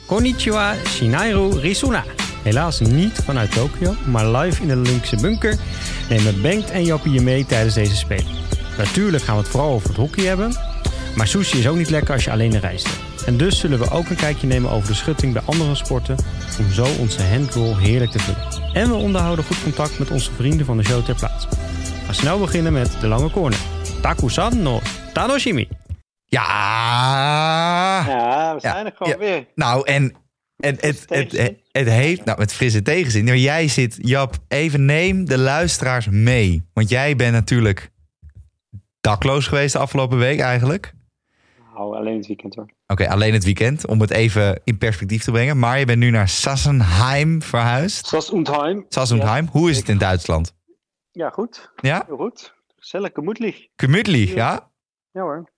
Konnichiwa, Shinairu Risuna. Helaas niet vanuit Tokio, maar live in de Olympische bunker nemen Bengt en Jappie je mee tijdens deze Spelen. Natuurlijk gaan we het vooral over het hockey hebben, maar sushi is ook niet lekker als je alleen de rijst hebt. En dus zullen we ook een kijkje nemen over de schutting bij andere sporten, om zo onze handroll heerlijk te vullen. En we onderhouden goed contact met onze vrienden van de show ter plaatse. We gaan snel beginnen met de lange corner. Taku-san no Tanoshimi. Ja, we zijn er gewoon weer. Nou, en het heeft met frisse tegenzin. Maar jij zit, Jap, even neem de luisteraars mee. Want jij bent natuurlijk dakloos geweest de afgelopen week eigenlijk. Nou, alleen het weekend hoor. Oké, alleen het weekend, om het even in perspectief te brengen. Maar je bent nu naar Sassenheim verhuisd. Sassenheim. Ja. Hoe is het in Duitsland? Ja, goed. Ja? Heel goed. Gezellig, gemütlich. Gemütlich, ja? Ja hoor.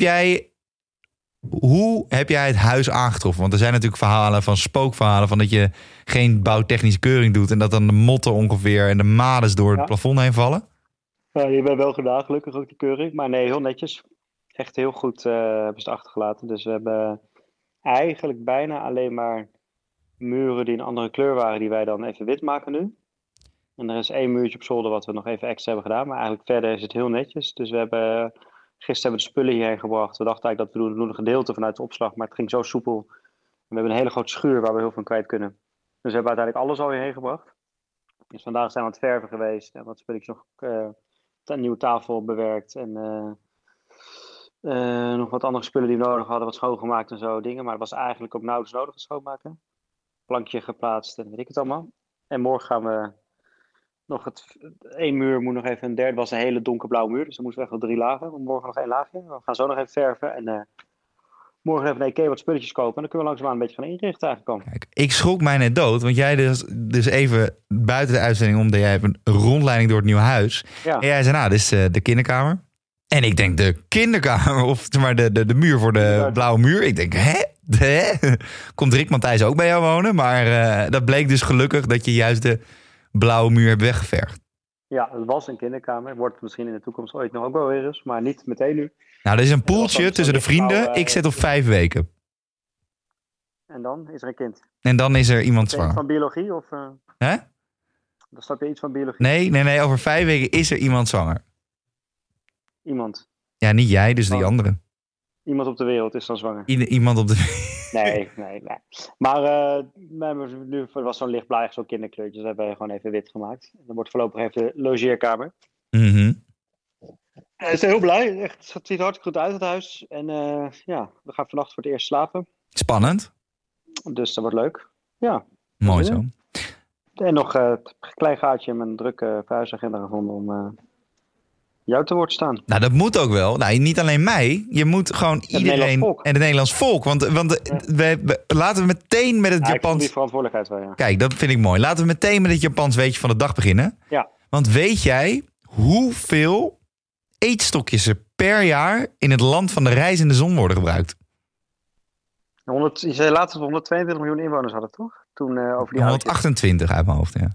Hoe heb jij het huis aangetroffen? Want er zijn natuurlijk verhalen van spookverhalen, van dat je geen bouwtechnische keuring doet en dat dan de motten ongeveer en de mades door het plafond heen vallen. Ja, je bent wel gedaan, gelukkig ook die keuring. Maar nee, heel netjes. Echt heel goed hebben ze het achtergelaten. Dus we hebben eigenlijk bijna alleen maar muren die een andere kleur waren, die wij dan even wit maken nu. En er is 1 muurtje op zolder wat we nog even extra hebben gedaan. Maar eigenlijk verder is het heel netjes. Dus gisteren hebben we de spullen hierheen gebracht. We dachten eigenlijk dat we doen een gedeelte vanuit de opslag, maar het ging zo soepel. En we hebben een hele grote schuur waar we heel veel kwijt kunnen. Dus we hebben uiteindelijk alles al hierheen gebracht. Dus vandaag zijn we aan het verven geweest en wat spulletjes nog een nieuwe tafel bewerkt en nog wat andere spullen die we nodig hadden, wat schoongemaakt en zo dingen. Maar het was eigenlijk ook nauwelijks nodig te schoonmaken. Plankje geplaatst en weet ik het allemaal. En morgen gaan we nog 1 muur moet nog even een derde, was een hele donkerblauwe muur, dus dan moesten we echt wel 3 lagen. Morgen nog 1 laagje. We gaan zo nog even verven en morgen even naar Ikea wat spulletjes kopen en dan kunnen we langzaamaan een beetje gaan inrichten eigenlijk. Kijk, ik schrok mij net dood, want jij dus even buiten de uitzending omdat jij hebt een rondleiding door het nieuwe huis. Ja. En jij zei, dit is de kinderkamer. En ik denk de kinderkamer, of zeg maar de muur voor de blauwe muur. Ik denk, komt Rick Matthijs ook bij jou wonen? Maar dat bleek dus gelukkig dat je juist de blauwe muur hebt weggeverfd. Ja, het was een kinderkamer. Wordt het misschien in de toekomst ooit nog ook wel weer eens, maar niet meteen nu. Nou, er is een poeltje tussen de vrienden. Ik zet op 5 weken. En dan is er een kind. En dan is er iemand zwanger. Van biologie? Of, Hè? Dan snap je iets van biologie? Nee. Over 5 weken is er iemand zwanger. Iemand? Ja, niet jij, dus die andere. Iemand op de wereld is dan zwanger? Iemand op de Nee. Maar nu was zo'n lichtblauw, zo'n kinderkleurtje. Dus dat hebben we gewoon even wit gemaakt. En dan wordt voorlopig even de logeerkamer. Mm-hmm. We zijn heel blij. Echt, het ziet hartstikke goed uit, het huis. En we gaan vannacht voor het eerst slapen. Spannend. Dus dat wordt leuk. Ja. Mooi zo. En nog een klein gaatje in mijn drukke verhuisagenda gevonden om jou te woord staan. Nou, dat moet ook wel. Nou, niet alleen mij. Je moet gewoon iedereen en het Nederlands volk. Want laten we meteen met het Japans... Ik die verantwoordelijkheid wel, ja. Kijk, dat vind ik mooi. Laten we meteen met het Japans weetje van de dag beginnen. Ja. Want weet jij hoeveel eetstokjes er per jaar in het land van de reizende zon worden gebruikt? Je zei laatst dat we 122 miljoen inwoners hadden, toch? Toen over die 128 uit mijn hoofd, ja.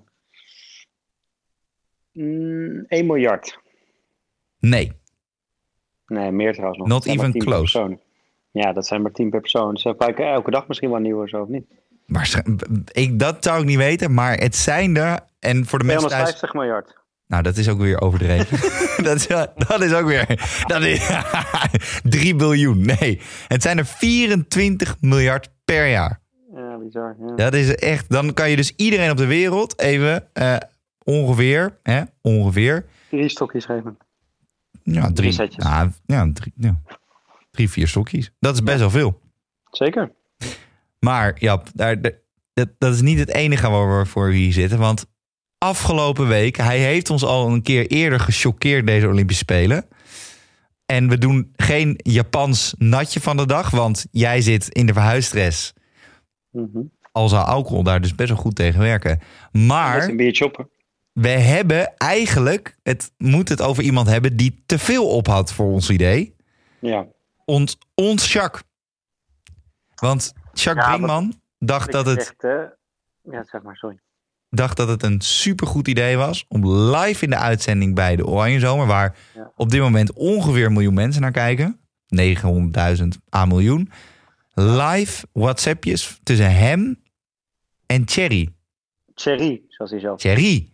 1 miljard. Nee, meer trouwens nog. Not even close. Ja, dat zijn maar 10 per persoon. Ze gebruiken elke dag misschien wel nieuwe, zo of niet? Dat zou ik niet weten, maar het zijn er. En voor de mensen 250 miljard. Nou, dat is ook weer overdreven. dat is ook weer... 3 biljoen. Nee, het zijn er 24 miljard per jaar. Ja, bizar. Ja. Dat is echt... Dan kan je dus iedereen op de wereld even ongeveer... 3 stokjes geven. Ja, 3 setjes. 3, 4 stokjes. Dat is best wel veel. Zeker. Maar ja, dat is niet het enige waarvoor we hier zitten. Want afgelopen week, hij heeft ons al een keer eerder gechoqueerd deze Olympische Spelen. En we doen geen Japans natje van de dag. Want jij zit in de verhuisstress. Mm-hmm. Al zou alcohol daar dus best wel goed tegen werken. Maar... Dat is een biertje op. We hebben eigenlijk, moet het over iemand hebben die te veel op had voor ons idee. Ja. Ons Jacques. Want Jacques Brinkman dacht dat het... zeg maar, sorry. Dacht dat het een supergoed idee was om live in de uitzending bij de Oranje Zomer, waar op dit moment ongeveer 1 miljoen mensen naar kijken. 900.000 à miljoen. live WhatsAppjes tussen hem en Thierry. Thierry, zoals hij zelf. Thierry.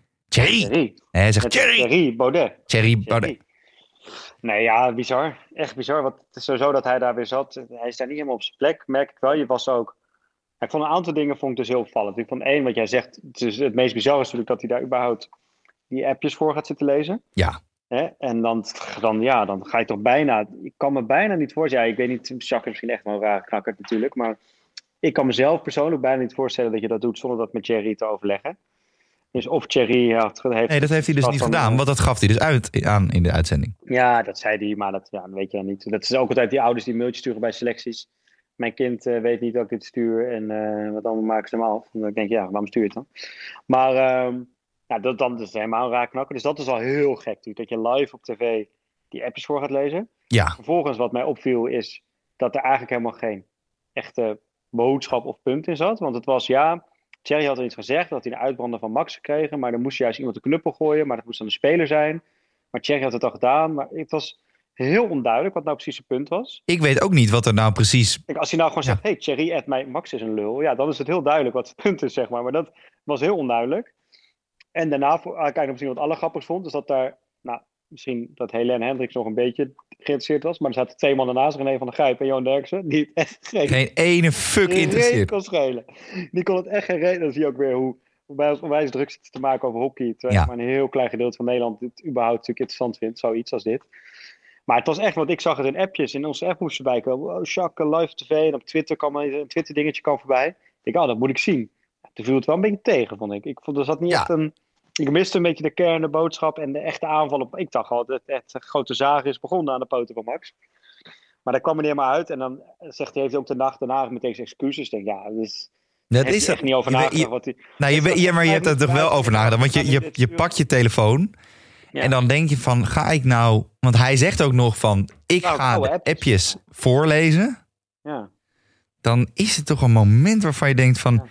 Hij zegt Thierry Baudet. Thierry Baudet. Nee, ja, bizar. Echt bizar. Want het is sowieso dat hij daar weer zat. Hij is daar niet helemaal op zijn plek, merk ik wel. Je was ook... Ik vond een aantal dingen dus heel opvallend. Ik vond één, wat jij zegt, het meest bizar is natuurlijk dat hij daar überhaupt die appjes voor gaat zitten lezen. Ja. En dan ga je toch bijna... Ik kan me bijna niet voorstellen... Ja, ik weet niet, Jacques is misschien echt wel een rare knakker natuurlijk, maar ik kan mezelf persoonlijk bijna niet voorstellen dat je dat doet zonder dat met Thierry te overleggen. Dus of Thierry heeft... Nee, dat heeft hij dus niet gedaan, want dat gaf hij dus aan in de uitzending. Ja, dat zei hij, maar dat weet je dan niet. Dat is ook altijd die ouders die mailtjes sturen bij selecties. Mijn kind weet niet dat ik dit stuur en wat dan maken ze hem af. En dan denk ik, waarom stuur je het dan? Maar dan is het helemaal een raar knakker. Dus dat is al heel gek natuurlijk, dat je live op tv die appjes voor gaat lezen. Ja. Vervolgens wat mij opviel is dat er eigenlijk helemaal geen echte boodschap of punt in zat. Want het was, Thierry had er iets gezegd, dat hij een uitbrander van Max gekregen. Maar dan moest juist iemand de knuppel gooien, maar dat moest dan de speler zijn. Maar Thierry had het al gedaan, maar het was heel onduidelijk wat nou precies het punt was. Ik weet ook niet wat er nou precies... Kijk, als hij nou gewoon zegt, hey Thierry, Max is een lul. Ja, dan is het heel duidelijk wat het punt is, zeg maar. Maar dat was heel onduidelijk. En daarna, kijk, misschien wat allergrappigst vond, is dat daar, misschien dat Helene Hendricks nog een beetje geïnteresseerd was. Maar er zaten 2 man ernaast, René van der Gijp en Johan Derksen, die het echt geen ene fuck interesseert. Kon schelen. Die kon het echt geen reden. Dan zie je ook weer hoe wij onwijs druk zitten te maken over hockey. Terwijl maar een heel klein gedeelte van Nederland dit überhaupt natuurlijk interessant vindt, zoiets als dit. Maar het was echt, want ik zag het in appjes. In onze app moest voorbij komen. Oh, Jacques, live tv. En op Twitter kwam een Twitter dingetje voorbij. Ik dacht, dat moet ik zien. Toen viel het wel een beetje tegen, vond ik. Ik vond er zat niet echt een... Ik miste een beetje de kern, de boodschap en de echte aanval op... Ik dacht al, het grote zagen is begonnen aan de poten van Max. Maar dat kwam er niet helemaal uit. En dan zegt hij, heeft ook de nacht daarna meteen zijn excuses. Ik denk, dat is echt niet over nagedacht. Maar je hebt er toch wel over nagedacht. Want je pakt je telefoon... Ja. En dan denk je van, ga ik nou... Want hij zegt ook nog van, ik ga de appjes voorlezen. Ja. Dan is het toch een moment waarvan je denkt van...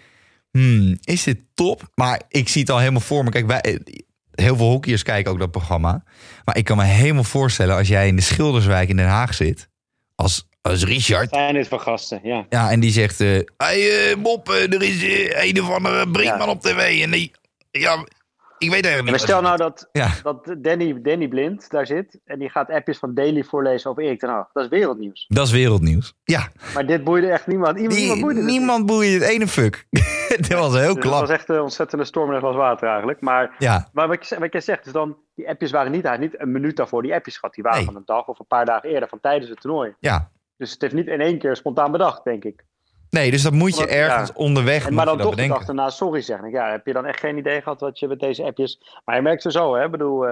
is dit top? Maar ik zie het al helemaal voor me. Kijk, heel veel hockeyers kijken ook dat programma. Maar ik kan me helemaal voorstellen... als jij in de Schilderswijk in Den Haag zit... als Richard... Zijn dit van gasten, ja. Ja, en die zegt... hey, Bob, er is een of andere Brinkman op tv. En die... Ja... Ik weet eigenlijk niet. Maar stel nou dat Danny Blind daar zit en die gaat appjes van Daily voorlezen over Erik ten Hag. Dat is wereldnieuws. Dat is wereldnieuws, ja. Maar dit boeide echt niemand. Niemand boeide het ene fuck. Het was heel klap. Het was echt een ontzettende storm in een glas water eigenlijk. Maar wat jij zegt, dus dan, die appjes waren niet een minuut daarvoor die appjes gehad. Die waren van een dag of een paar dagen eerder, van tijdens het toernooi. Ja. Dus het heeft niet in één keer spontaan bedacht, denk ik. Nee, dus dat moet je ergens onderweg maar dan toch bedenken. de dag daarna sorry zeggen. Ja, heb je dan echt geen idee gehad wat je met deze appjes... Maar je merkt ze zo, hè. Ik bedoel,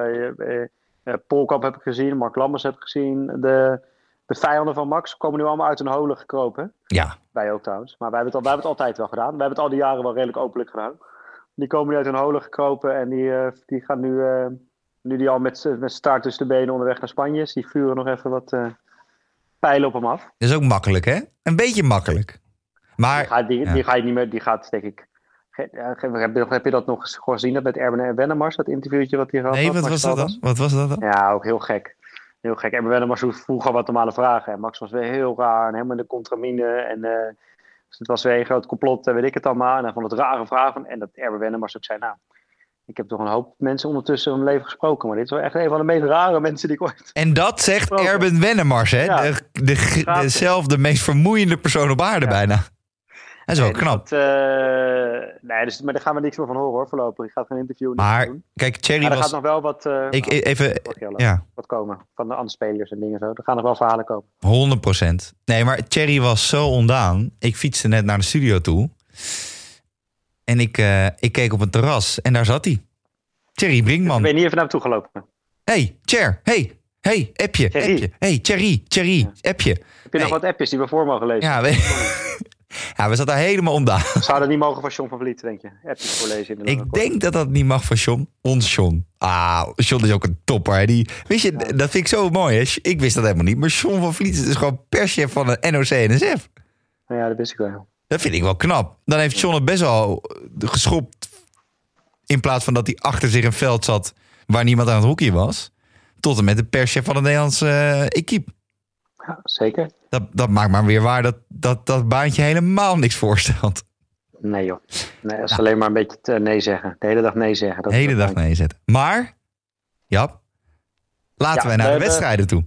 Polkamp heb ik gezien, Mark Lammers heb ik gezien. De vijanden van Max komen nu allemaal uit hun holen gekropen. Ja. Wij ook trouwens. Maar wij hebben het altijd wel gedaan. We hebben het al die jaren wel redelijk openlijk gedaan. Die komen nu uit hun holen gekropen en die gaan nu die al met staart tussen de benen onderweg naar Spanje is. Die vuren nog even wat pijlen op hem af. Dat is ook makkelijk, hè? Een beetje makkelijk. Maar, die ga je niet meer, die gaat denk ik... Heb je dat nog gezien dat met Erben Wennemars, dat interviewtje wat hij gehad had? Nee, wat was dat dan? Ja, ook heel gek. Heel gek. Erben Wennemars vroeg al wat normale vragen. En Max was weer heel raar en helemaal in de contramine. En dus het was weer een groot complot en weet ik het allemaal. En hij vond het rare vragen. En dat Erben Wennemars ook zei, ik heb toch een hoop mensen ondertussen in mijn leven gesproken. Maar dit is wel echt een van de meest rare mensen die ik ooit... En dat zegt Erben Wennemars, hè? Ja. Dezelfde meest vermoeiende persoon op aarde bijna. Dat is wel knap. Maar daar gaan we niks meer van horen hoor, voorlopig. Ik ga geen interview doen. Kijk, Thierry er gaat nog wel wat, wat komen van de andere spelers en dingen zo. Er gaan nog wel verhalen komen. 100%. Nee, maar Thierry was zo ondaan. Ik fietste net naar de studio toe. En ik keek op een terras en daar zat hij. Thierry Brinkman. Ik ben niet even naar hem toe gelopen. Hey, appje. Hey, Thierry, appje. Heb je nog wat appjes die we voor mogen lezen? Ja, we zaten daar helemaal ondaan. Zou dat niet mogen van John van Vliet, denk je? Appjes voorlezen. Ik denk dat dat niet mag van John. Ons John. John is ook een topper. Weet je, dat vind ik zo mooi. Hè? Ik wist dat helemaal niet. Maar John van Vliet is gewoon perschef van een NOC-NSF. Ja, dat wist ik wel. Dat vind ik wel knap. Dan heeft John het best wel geschopt. In plaats van dat hij achter zich een veld zat waar niemand aan het hockey was. Tot en met de perschef van de Nederlandse equipe. Ja, zeker. Dat maakt maar weer waar dat baantje helemaal niks voorstelt. Nee joh. Nee, dat is alleen maar een beetje nee zeggen. De hele dag nee zeggen. De hele dag nee zetten. Maar, Jap, laten wij naar de wedstrijden toe.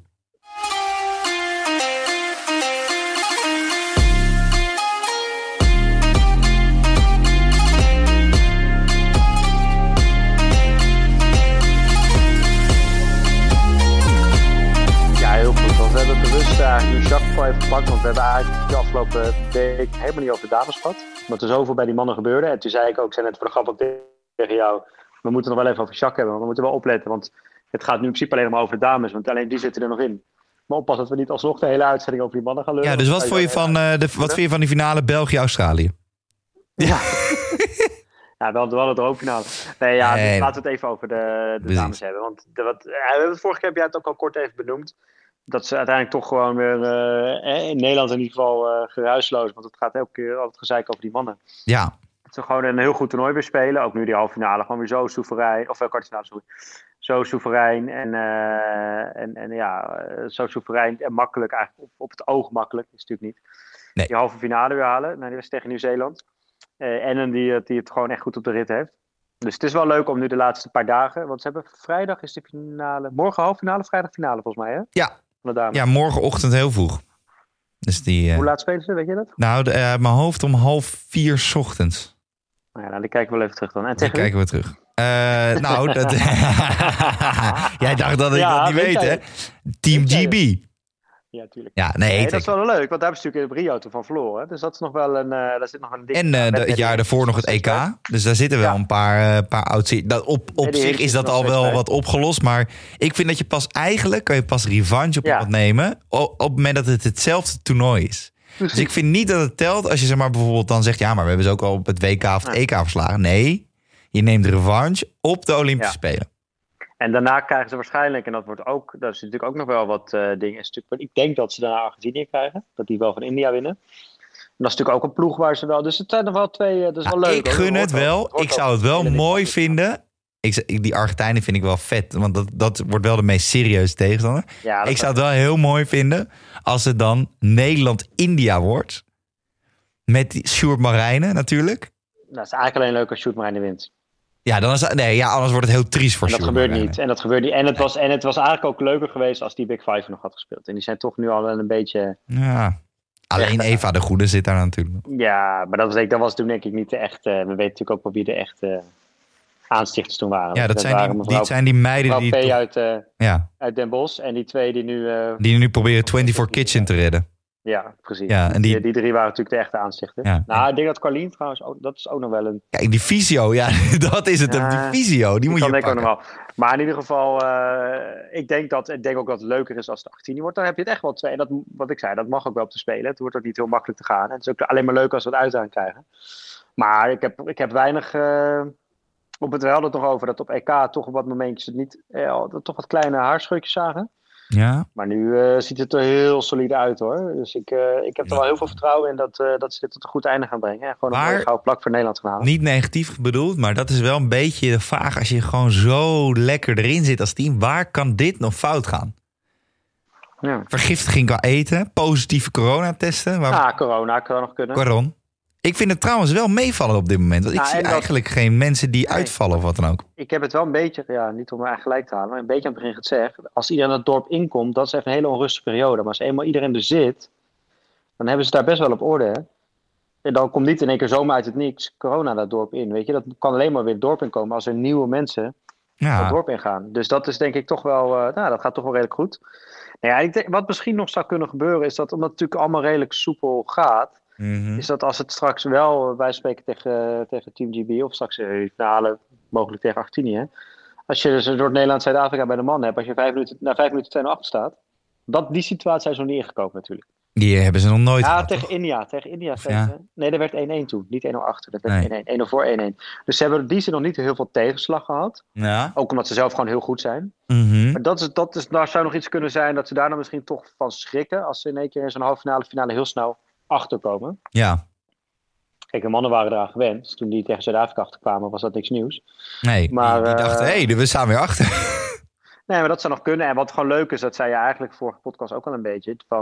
We hebben bewust eigenlijk Jacques voor even gepakt, want we hebben eigenlijk de afgelopen week helemaal niet over de dames gehad. Omdat er zoveel bij die mannen gebeurde. En toen zei ik ook, zei net voor de grap ook tegen jou, we moeten nog wel even over Jacques hebben, want we moeten wel opletten. Want het gaat nu in principe alleen maar over de dames, want alleen die zitten er nog in. Maar oppas dat we niet alsnog de hele uitzending over die mannen gaan lullen. Ja, dus wat vond je van die finale België-Australië? Ja. Ja, we hadden het hoofdfinale. Nee, laten we het even over de dames hebben. Want we hebben het vorige keer, heb jij het ook al kort even benoemd. Dat ze uiteindelijk toch gewoon weer in Nederland in ieder geval geruisloos. Want het gaat elke keer altijd gezeik over die mannen. Ja. Dat ze gewoon een heel goed toernooi weer spelen. Ook nu die halve finale. Gewoon weer zo soeverein. Of kwartfinale, sorry. Zo soeverein. En zo soeverein en makkelijk. Eigenlijk op het oog makkelijk. Is natuurlijk niet. Nee. Die halve finale weer halen. Nou, die was tegen Nieuw-Zeeland. En die het gewoon echt goed op de rit heeft. Dus het is wel leuk om nu de laatste paar dagen. Want ze hebben vrijdag is de finale. Morgen halve finale, vrijdag finale volgens mij hè? Ja, morgenochtend heel vroeg. Dus hoe laat spelen ze, weet je dat? Nou, mijn hoofd om 3:30 's ochtends. Nou, die kijken we wel even terug dan. En die kijken we terug. Dat... Jij dacht dat ik dat niet weet, hè? Team GB. Ja, tuurlijk. Ja, nee, dat is wel leuk, want daar hebben ze natuurlijk in Rio toen van verloren. Dus dat is nog wel daar zit nog een ding. En het jaar daarvoor nog het EK. Dus daar zitten wel een paar oud. Op zich is dat al wel wat opgelost. Maar ik vind dat je kan je pas revanche op iemand nemen op het moment dat het hetzelfde toernooi is. Dus ik vind niet dat het telt als je zeg maar bijvoorbeeld dan zegt, ja, maar we hebben ze ook al op het WK of het EK verslagen. Nee, je neemt revanche op de Olympische Spelen. En daarna krijgen ze waarschijnlijk, en dat is natuurlijk ook nog wel wat dingen. Ik denk dat ze daarna Argentinië krijgen. Dat die wel van India winnen. En dat is natuurlijk ook een ploeg waar ze wel. Dus het zijn er wel twee. Dat is wel leuk. Ik gun het wel. Ik zou het wel mooi vinden. Die Argentijnen vind ik wel vet. Want dat wordt wel de meest serieuze tegenstander. Ja, ik zou het wel heel mooi vinden als het dan Nederland-India wordt. Met Sjoerd Marijnen natuurlijk. Nou, het is eigenlijk alleen leuk als Sjoerd Marijnen wint. Ja, anders wordt het heel triest voor Sjoerd. Dat gebeurt niet. En dat gebeurt niet. En het was eigenlijk ook leuker geweest als die Big Five nog had gespeeld. En die zijn toch nu al een beetje... Ja, alleen Eva de Goede zit daar natuurlijk. Ja, maar dat was toen denk ik niet de echte... we weten natuurlijk ook wel wie de echte aanstichters toen waren. Ja, dat zijn die meiden die... P uit Den Bosch. En die twee die nu... die nu proberen 24 Kitchen te redden. Ja, precies. Ja, en die drie waren natuurlijk de echte aanstichters. Ja, nou, ik denk dat Carlien trouwens dat is ook nog wel een... Kijk, die Visio, dat is het. Die Visio, die moet je pakken. Ook nog wel. Maar in ieder geval, ik denk ook dat het leuker is als het 18 wordt. Dan heb je het echt wel twee. En dat, wat ik zei, dat mag ook wel op te spelen. Het wordt ook niet heel makkelijk te gaan. En het is ook alleen maar leuk als we het uitdaging krijgen. Maar ik heb weinig... we hadden het nog over dat op EK toch op wat momentjes het niet... toch wat kleine haarscheurtjes zagen. Ja. Maar nu ziet het er heel solide uit hoor. Dus ik heb er wel heel veel vertrouwen in dat ze dit tot een goed einde gaan brengen. En gewoon een mooie gouden plak voor Nederland gaan halen. Niet negatief bedoeld, maar dat is wel een beetje de vraag. Als je gewoon zo lekker erin zit als team, waar kan dit nog fout gaan? Ja. Vergiftiging qua eten, positieve coronatesten. Corona kan nog kunnen. Coron. Ik vind het trouwens wel meevallen op dit moment. Want ik zie eigenlijk geen mensen die uitvallen of wat dan ook. Ik heb het wel een beetje, niet om me eigenlijk gelijk te halen, maar een beetje aan het begin gezegd. Als iedereen het dorp inkomt, dat is even een hele onrustige periode. Maar als eenmaal iedereen er zit, dan hebben ze daar best wel op orde. Hè? En dan komt niet in één keer zomaar uit het niks corona dat dorp in. Weet je? Dat kan alleen maar weer het dorp inkomen als er nieuwe mensen het dorp ingaan. Dus dat is denk ik toch wel, dat gaat toch wel redelijk goed. Nou ja, ik denk, wat misschien nog zou kunnen gebeuren is dat, omdat het natuurlijk allemaal redelijk soepel gaat, is dat als het straks wel, wij spreken tegen Team GB of straks finale mogelijk tegen Argentinië. Als je dus door Nederland-Zuid-Afrika bij de man hebt, als je na 5 minuten 2-0 achter staat, die situatie zijn zo niet ingekomen natuurlijk. Die hebben ze nog nooit gehad, tegen India. Nee, er werd 1-1 toen. Niet 1-0 achter. Dat werd 1-1. 1-0 voor 1-1. Dus ze hebben die nog niet heel veel tegenslag gehad. Ja. Ook omdat ze zelf gewoon heel goed zijn. Mm-hmm. Maar daar zou nog iets kunnen zijn dat ze daar dan misschien toch van schrikken als ze in één keer in zo'n halve finale heel snel achterkomen. Ja. Kijk, de mannen waren eraan gewend. Dus toen die tegen Zuid-Afrika achterkwamen, was dat niks nieuws. Nee, maar, die dachten, we staan weer achter. Nee, maar dat zou nog kunnen. En wat gewoon leuk is, dat zei je eigenlijk vorige podcast ook al een beetje. Van,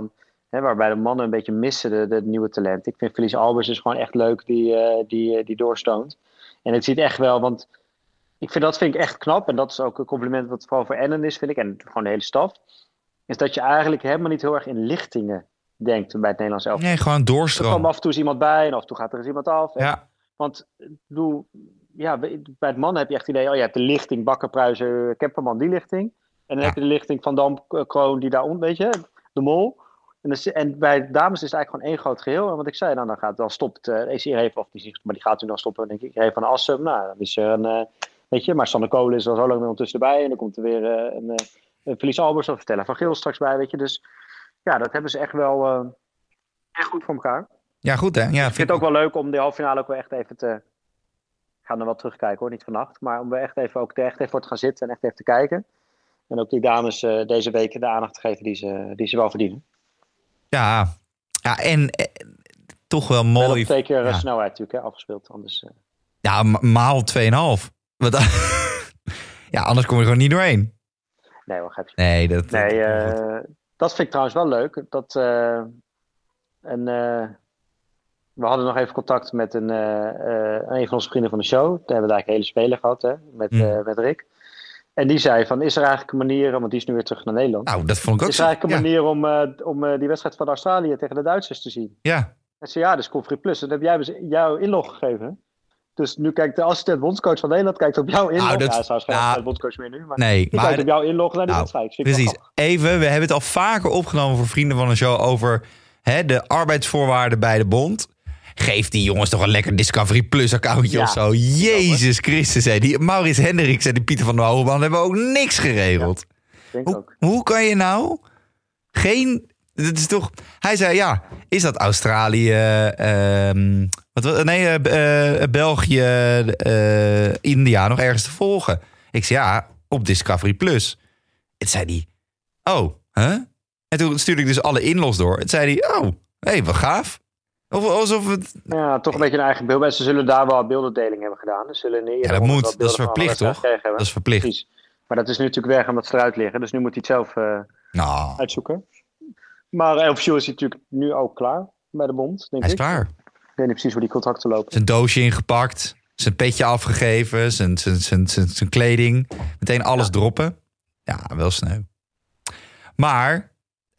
waarbij de mannen een beetje missen de nieuwe talent. Ik vind Felice Albers is gewoon echt leuk die doorstoont. En het ziet echt wel, want dat vind ik echt knap. En dat is ook een compliment wat vooral voor Ennen is, vind ik. En gewoon de hele staf. Is dat je eigenlijk helemaal niet heel erg in lichtingen denkt bij het Nederlands elftal. Nee, gewoon doorstroom. Er komt af en toe iemand bij en af en toe gaat er eens iemand af. Ja. Want bij het mannen heb je echt het idee, je hebt de lichting, Bakker, Pruizen, Kemperman, die lichting. En dan heb je de lichting Van Dam, Kroon, die daar weet je, de Mol. En bij de dames is het eigenlijk gewoon één groot geheel. En wat ik zei, dan stopt ECR even, maar die gaat nu dan stoppen, denk ik, even van Assem. Nou, dan is er maar Sander Kolen is al zo lang ondertussen erbij. En dan komt er weer een Felice Albers of Stella van Geel straks bij, weet je. Dus ja, dat hebben ze echt wel echt goed voor elkaar. Ja, goed hè. Ja, ik vind het ook wel leuk om de halve finale ook wel echt even te... Ik ga er wel terugkijken hoor, niet vannacht. Maar om er echt even voor te gaan zitten en echt even te kijken. En ook die dames deze week de aandacht te geven die ze wel verdienen. Ja, en toch wel mooi. Wel 2 keer snelheid natuurlijk afgespeeld. Anders, Ja, maal 2,5. Ja, anders kom je gewoon niet doorheen. Nee, wat heb je? Nee, dat vind ik trouwens wel leuk. We hadden nog even contact met een van onze vrienden van de show. Daar hebben we eigenlijk een hele speler gehad, hè, met Rick. En die zei van, is er eigenlijk een manier, want die is nu weer terug naar Nederland. Nou, dat vond ik ook zo. Is er eigenlijk een manier om die wedstrijd van Australië tegen de Duitsers te zien? Ja. En zei, dat is Free Plus. Dat heb jij jouw inlog gegeven. Dus nu kijkt de assistent bondscoach van Nederland kijkt op jouw inlog. Hij is trouwens geen assistent bondscoach meer nu. Maar die kijkt op jouw inlog naar de wedstrijd. Precies. Even, we hebben het al vaker opgenomen voor vrienden van de show over de arbeidsvoorwaarden bij de bond. Geef die jongens toch een lekker Discovery Plus accountje of zo. Jezus Christus. Die Maurits Hendricks en die Pieter van der Hogeband hebben ook niks geregeld. Ja, hoe kan je nou geen... Dat is toch... Hij zei, is dat Australië, België, India nog ergens te volgen? Ik zei, op Discovery Plus. En zei hij, En toen stuurde ik dus alle inlogs door. En zei hij, wat gaaf. Alsof het... Ja, toch een beetje een eigen beeld. En ze zullen daar wel beeldendeling hebben gedaan. Dus zullen dat moet. Dat is verplicht, toch? Dat is verplicht. Precies. Maar dat is nu natuurlijk weg omdat ze eruit liggen. Dus nu moet hij het zelf uitzoeken. Maar officieel is hij natuurlijk nu ook klaar bij de bond, denk ik. Hij is klaar. Ik weet niet precies hoe die contracten lopen. Zijn doosje ingepakt. Zijn petje afgegeven. Zijn kleding. Meteen alles droppen. Ja, wel sneu. Maar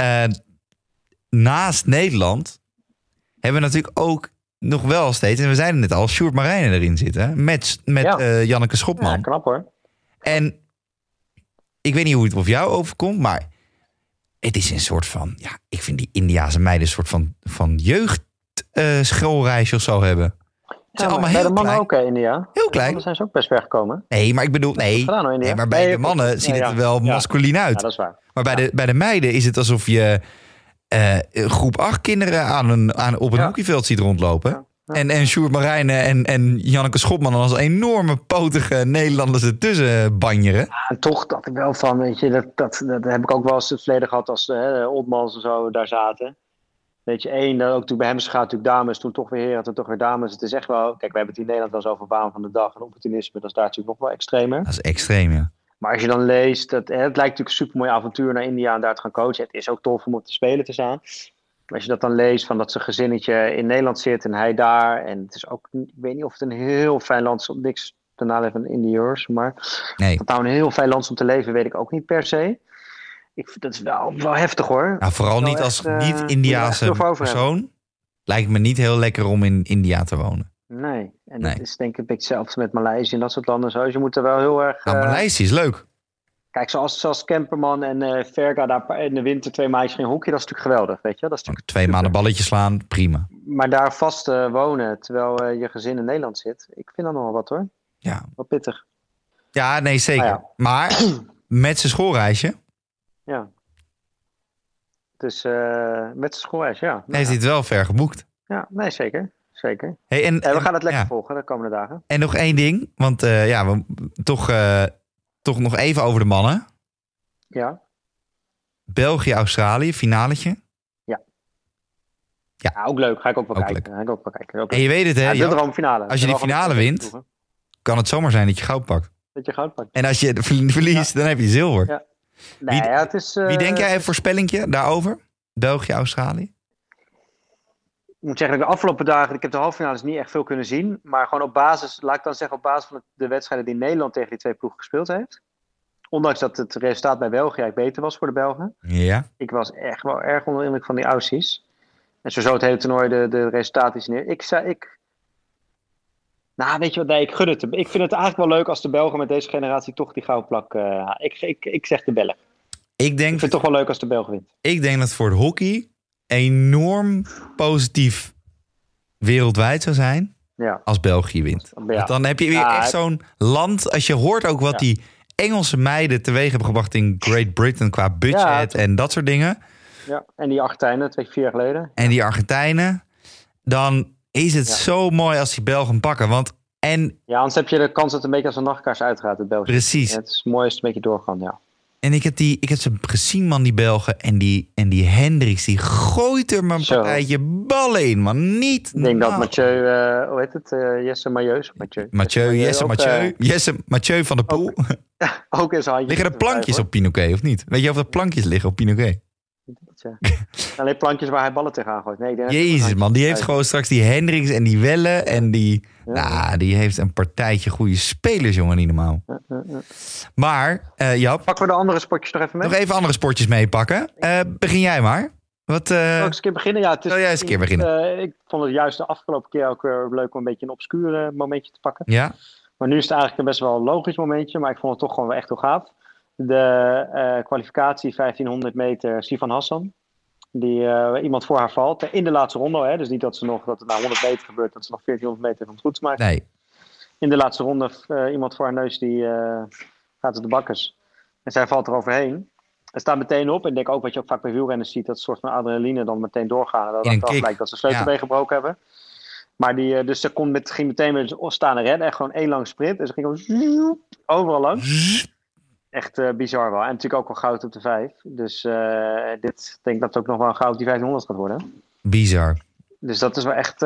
naast Nederland hebben we natuurlijk ook nog wel steeds, en we zeiden het al, Sjoerd Marijnen erin zitten. Met Janneke Schopman. Ja, knap hoor. En ik weet niet hoe het op jou overkomt, maar het is een soort van, ik vind die Indiase meiden een soort van jeugdschoolreisje of zo hebben. Ja, allemaal bij de mannen ook in India. Heel klein. Dan zijn ze ook best ver gekomen. Nee, maar ik bedoel, maar bij de mannen ziet het er wel masculien uit. Ja, dat is waar. Maar bij de meiden is het alsof je groep 8 kinderen op een hockeyveld ziet rondlopen. Ja. En Sjoerd Marijnen en Janneke Schopman als enorme potige Nederlanders ertussen banjeren. Ja, en toch dat ik wel van, weet je, dat heb ik ook wel eens het verleden gehad als Oldmans en zo daar zaten. Weet je, ook toen bij hem gaat natuurlijk dames, toen toch weer heren, toen toch weer dames. Het is echt wel, kijk, we hebben het in Nederland wel zo over waan van de dag en opportunisme, dat is daar natuurlijk nog wel extremer. Dat is extreem, ja. Maar als je dan leest, het lijkt natuurlijk een supermooi avontuur naar India en daar te gaan coachen. Het is ook tof om op te spelen te staan. Maar als je dat dan leest, van dat zijn gezinnetje in Nederland zit en hij daar. En het is ook, ik weet niet of het een heel fijn land is, niks ten nadele van Indiërs. Maar of het nou een heel fijn land is om te leven, weet ik ook niet per se. Dat is wel heftig hoor. Nou, vooral niet als niet-Indiaanse persoon. Lijkt me niet heel lekker om in India te wonen. Nee, dat is denk ik een beetje hetzelfde met Maleisië en dat soort landen. Zo. Dus je moet er wel heel erg... Maleisië is leuk. Kijk, zoals Kemperman en Verga daar in de winter 2 maandjes ging hockey, dat is natuurlijk geweldig, weet je. Dat is natuurlijk 2 maanden balletjes slaan, prima. Maar daar vast wonen, terwijl je gezin in Nederland zit, ik vind dat nog wel wat hoor. Ja. Wat pittig. Ja, nee, zeker. Maar met zijn schoolreisje... Ja. Dus met zijn schoolreis, ja. Heeft hij het wel ver geboekt. Ja, nee, zeker. Zeker. Hey, en we gaan het lekker volgen de komende dagen. En nog 1 ding, want we toch nog even over de mannen. Ja. België-Australië, finaletje. Ja, ook leuk. Ga ik ook wel kijken. En je weet het, hè? Finale. Als je die finale wint, kan het zomaar zijn dat je goud pakt. En als je verliest, dan heb je zilver. Ja. Nee, wie denk jij een voorspellingje daarover? België-Australië? Ik moet zeggen, de afgelopen dagen, ik heb de halve finales niet echt veel kunnen zien. Maar gewoon op basis, laat ik dan zeggen, op basis van de wedstrijden die Nederland tegen die twee ploegen gespeeld heeft. Ondanks dat het resultaat bij België eigenlijk beter was voor de Belgen. Ja. Ik was echt wel erg onder de indruk van die Aussies. En sowieso het hele toernooi, de resultaten is neer. Nou, weet je wat, nee, ik gun het hem. Ik vind het eigenlijk wel leuk als de Belgen met deze generatie toch die gouden plak... Ik zeg de Belg. Ik vind het toch wel leuk als de Belg wint. Ik denk dat voor het hockey enorm positief wereldwijd zou zijn als België wint. Ja. Want dan heb je weer echt zo'n land, als je hoort ook wat die Engelse meiden teweeg hebben gebracht in Great Britain qua budget en dat soort dingen. Ja, en die Argentijnen, 2-4 jaar geleden. En die Argentijnen, dan is het zo mooi als die Belgen pakken. Ja, anders heb je de kans dat het een beetje als een nachtkaars uitgaat, het België. Precies. En het is mooi als het een beetje doorgaat, ja. En ik heb ze gezien, man, die Belgen. En die Hendricks, die gooit er maar een partijtje ballen in, man. Niet ik denk dat Mathieu, hoe heet het? Jesse Mathieu van der Poel. Ook in zijn handje. Liggen er plankjes op Pinoquet, of niet? Weet je of er plankjes liggen op Pinoquet? Alleen plankjes waar hij ballen tegenaan gooit. Nee, Jezus, man, die heeft gewoon straks die Hendricks en die Welle. En die heeft een partijtje goede spelers, jongen, niet normaal. Maar, Jap. Pakken we de andere sportjes nog even mee? Nog even andere sportjes meepakken. Begin jij maar. Zal ik eens een keer beginnen? Ja, jij eens een keer beginnen. Ik vond het juist de afgelopen keer ook weer leuk om een beetje een obscure momentje te pakken. Ja. Maar nu is het eigenlijk een best wel logisch momentje. Maar ik vond het toch gewoon wel echt heel gaaf. De kwalificatie 1500 meter Sifan Hassan. Die iemand voor haar valt. In de laatste ronde. Hè? Dus niet dat het na 100 meter gebeurt. Dat ze nog 1400 meter van het goed maakt. Nee. In de laatste ronde iemand voor haar neus die gaat op de bakkers. En zij valt er overheen. En staat meteen op. En ik denk ook wat je ook vaak bij wielrenners ziet. Dat een soort van adrenaline dan meteen doorgaan. Dat het lijkt dat ze sleutelbeen gebroken hebben. Maar dus ze ging meteen weer staan en redden. Echt gewoon één lang sprint. En ze ging gewoon overal langs. Echt bizar wel. En natuurlijk ook wel goud op de 5. Dus ik denk dat het ook nog wel een goud op die 1500 gaat worden. Bizar. Dus dat is wel echt,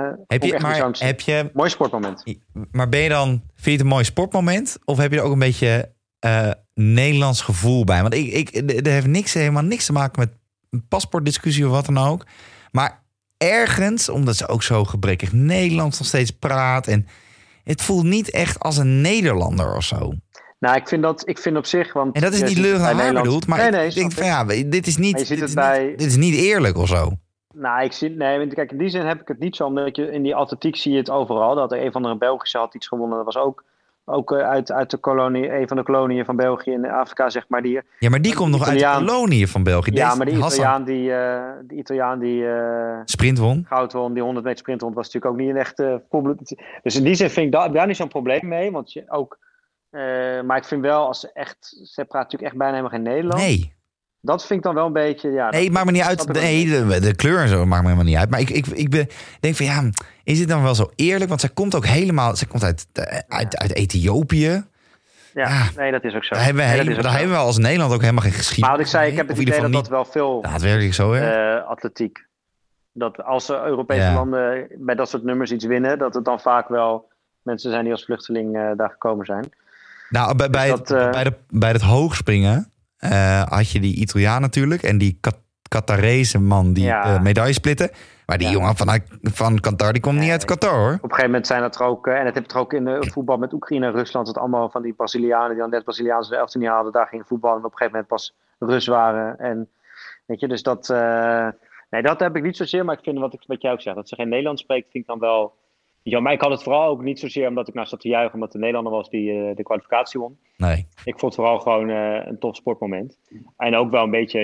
heb je mooi sportmoment. Maar vind je het een mooi sportmoment? Of heb je er ook een beetje Nederlands gevoel bij? Want er heeft helemaal niks te maken met een paspoortdiscussie of wat dan ook. Maar ergens, omdat ze ook zo gebrekkig Nederlands nog steeds praat. En het voelt niet echt als een Nederlander of zo. Nou, ik vind op zich... Want en dat is niet leugen naar haar bedoeld, maar ik denk van dit is niet eerlijk of zo. Nou, kijk, in die zin heb ik het niet zo, omdat je in die atletiek zie je het overal. Dat er een van de Belgische had iets gewonnen. Dat was ook uit de kolonie, een van de koloniën van België in Afrika, zeg maar. Maar die komt nog uit de koloniën van België. Ja, maar die Italiaan die sprint won. Goud won, die 100 meter sprint won, was natuurlijk ook niet een echte Dus in die zin vind ik daar niet zo'n probleem mee, want je ook... maar ik vind wel, als ze praat natuurlijk echt bijna helemaal geen Nederlands. Nee. Dat vind ik dan wel een beetje... Ja, nee, maakt me niet uit. De kleur en zo maakt me helemaal niet uit. Maar ik denk van, is dit dan wel zo eerlijk? Want zij komt ook helemaal... Zij komt uit Ethiopië. Ja, nee, dat is ook zo. Daar hebben we als Nederland ook helemaal geen geschiedenis. Maar wat ik zei, ik heb het idee dat wel veel... Daadwerkelijk zo, hè? Atletiek. Dat als Europese landen bij dat soort nummers iets winnen... dat het dan vaak wel mensen zijn die als vluchteling daar gekomen zijn. Nou, bij het hoogspringen... had je die Italiaan natuurlijk en die Qatarese man die medailles splitten. Maar die jongen van Qatar, die komt niet uit Qatar, hoor. Op een gegeven moment zijn dat er ook... en dat heb je er ook in het voetbal met Oekraïne en Rusland... dat allemaal van die Brazilianen die dan net Braziliaanse elftal niet hadden... daar gingen voetballen en op een gegeven moment pas Rus waren. En weet je, dus dat... nee, dat heb ik niet zozeer, maar ik vind wat jij ook zegt... dat ze geen Nederlands spreekt, vind ik dan wel... Ja, maar ik had het vooral ook niet zozeer omdat ik zat te juichen... omdat de Nederlander was die de kwalificatie won. Nee. Ik vond het vooral gewoon een tof sportmoment. En ook wel een beetje,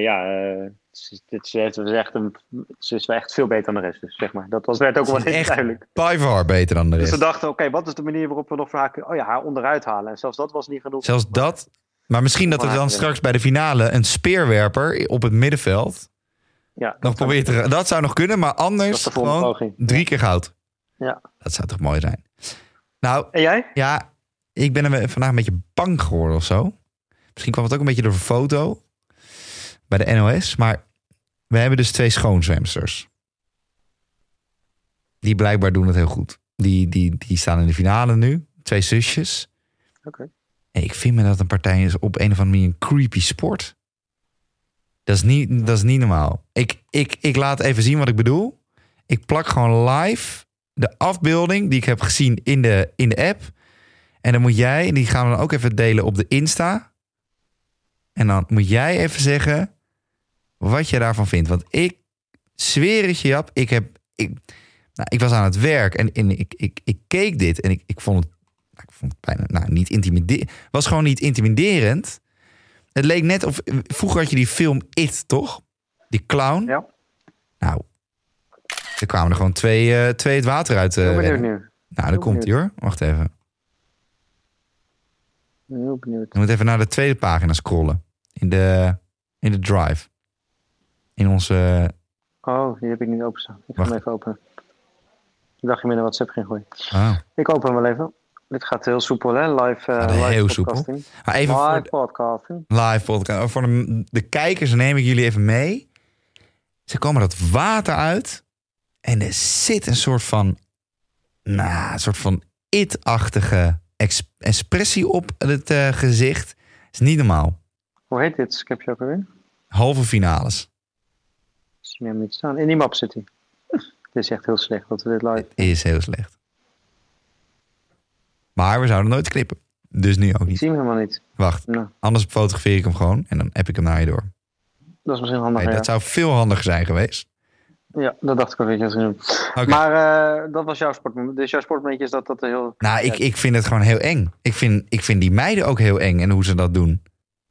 ze is wel echt veel beter dan de rest. Dus zeg maar, werd ook wel echt duidelijk. By far beter dan de rest. Dus we dachten, oké, wat is de manier waarop we nog van haar onderuit halen? En zelfs dat was niet genoeg. Zelfs dat? Maar misschien dat er dan straks bij de finale een speerwerper op het middenveld... nog probeert te... Dat zou nog kunnen, maar anders gewoon 3 keer goud. Ja. Dat zou toch mooi zijn. Nou, en jij? Ja, ik ben er vandaag een beetje bang geworden of zo. Misschien kwam het ook een beetje door de foto bij de NOS. Maar we hebben dus 2 schoonzwemsters. Die blijkbaar doen het heel goed. Die staan in de finale nu. 2 zusjes. Oké. En ik vind me dat een partij is op een of andere manier een creepy sport. Dat is niet normaal. Ik laat even zien wat ik bedoel. Ik plak gewoon live de afbeelding die ik heb gezien in de app. En dan moet jij, die gaan we dan ook even delen op de Insta. En dan moet jij even zeggen wat je daarvan vindt. Want ik zweer het je, Jap. Ik was aan het werk en ik keek dit en ik vond het bijna niet intimiderend. Het was gewoon niet intimiderend. Het leek net of... Vroeger had je die film It, toch? Die clown. Ja. Nou, er kwamen er gewoon twee het water uit. Heel benieuwd nu. Nou, daar komt hij hoor. Wacht even. Heel benieuwd. Je moet even naar de tweede pagina scrollen. In de drive. In onze... Oh, die heb ik niet openstaan. Ik ga hem even openen. Ik dacht je met een WhatsApp ging gooien. Oh. Ik open hem wel even. Dit gaat heel soepel, hè? Live heel podcasting. Soepel. Maar even live podcasting. Live podcast. Voor de kijkers neem ik jullie even mee. Ze komen dat water uit. En er zit een soort van... it-achtige expressie op het gezicht. Is niet normaal. Hoe heet dit sketch ook alweer? Halve finales. Zie je hem niet staan? In die map zit hij. Het is echt heel slecht dat we dit live... Het is heel slecht. Maar we zouden nooit knippen. Dus nu ook niet. Ik zie hem helemaal niet. Wacht, anders fotografeer ik hem gewoon. En dan app ik hem naar je door. Dat is misschien handiger, Dat zou veel handiger zijn geweest. Ja, dat dacht ik al een beetje. Okay. Maar dat was jouw sportmoment. Dus jouw sportmomentje is dat heel... Nou, ik vind het gewoon heel eng. Ik vind die meiden ook heel eng en hoe ze dat doen.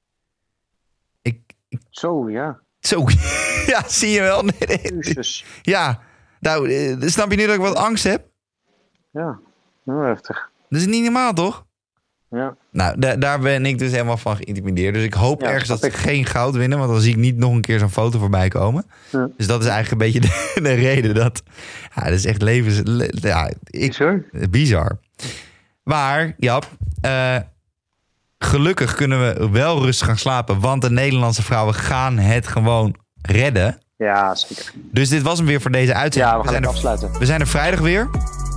Zo, ja. Zo, ja, zie je wel. Jezus. Ja, nou, snap je nu dat ik wat angst heb? Ja, heel heftig. Dat is niet normaal, toch? Ja. Nou, daar ben ik dus helemaal van geïntimideerd. Dus ik hoop ergens dat ze geen goud winnen. Want dan zie ik niet nog een keer zo'n foto voorbij komen. Ja. Dus dat is eigenlijk een beetje de reden dat... Ja, dat is echt bizar. Maar, Jap... gelukkig kunnen we wel rustig gaan slapen. Want de Nederlandse vrouwen gaan het gewoon redden. Ja, zeker. Dus dit was hem weer voor deze uitzending. Ja, we gaan het afsluiten. We zijn er vrijdag weer.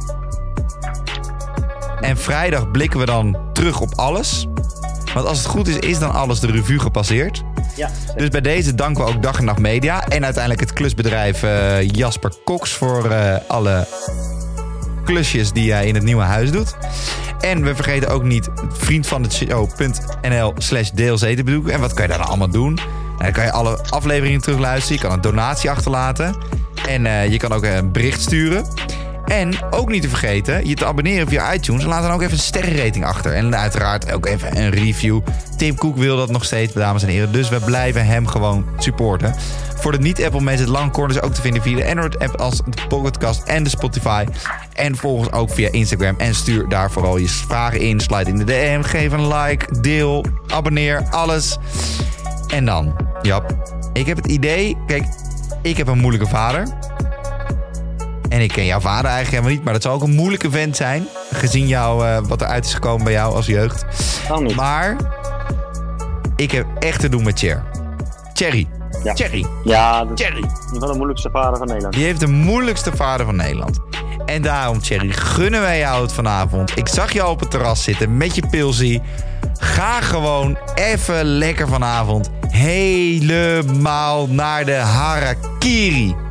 En vrijdag blikken we dan terug op alles. Want als het goed is dan alles de revue gepasseerd. Ja, zeker. Dus bij deze danken we ook Dag en Nacht Media. En uiteindelijk het klusbedrijf Jasper Cox voor alle klusjes die hij in het nieuwe huis doet. En we vergeten ook niet vriendvandeshow.nl/DLC te bezoeken. En wat kan je daar dan allemaal doen? Nou, dan kan je alle afleveringen terugluisteren. Je kan een donatie achterlaten. En je kan ook een bericht sturen. En ook niet te vergeten je te abonneren via iTunes. En laat dan ook even een sterrenrating achter. En uiteraard ook even een review. Tim Cook wil dat nog steeds, dames en heren. Dus we blijven hem gewoon supporten. Voor de niet-Apple mensen, het Langcorn is ook te vinden via de Android-app als de podcast en de Spotify. En volg ons ook via Instagram. En stuur daar vooral je vragen in. Slide in de DM, geef een like, deel, abonneer, alles. En dan, Jap, ik heb het idee... Kijk, ik heb een moeilijke vader... En ik ken jouw vader eigenlijk helemaal niet. Maar dat zal ook een moeilijke vent zijn. Gezien jou, wat eruit is gekomen bij jou als jeugd. Kan niet. Maar ik heb echt te doen met Thierry. Ja. Thierry. Ja, Thierry. Die van de moeilijkste vader van Nederland. Die heeft de moeilijkste vader van Nederland. En daarom, Thierry, gunnen wij jou het vanavond. Ik zag jou op het terras zitten met je pilsie. Ga gewoon even lekker vanavond helemaal naar de harakiri.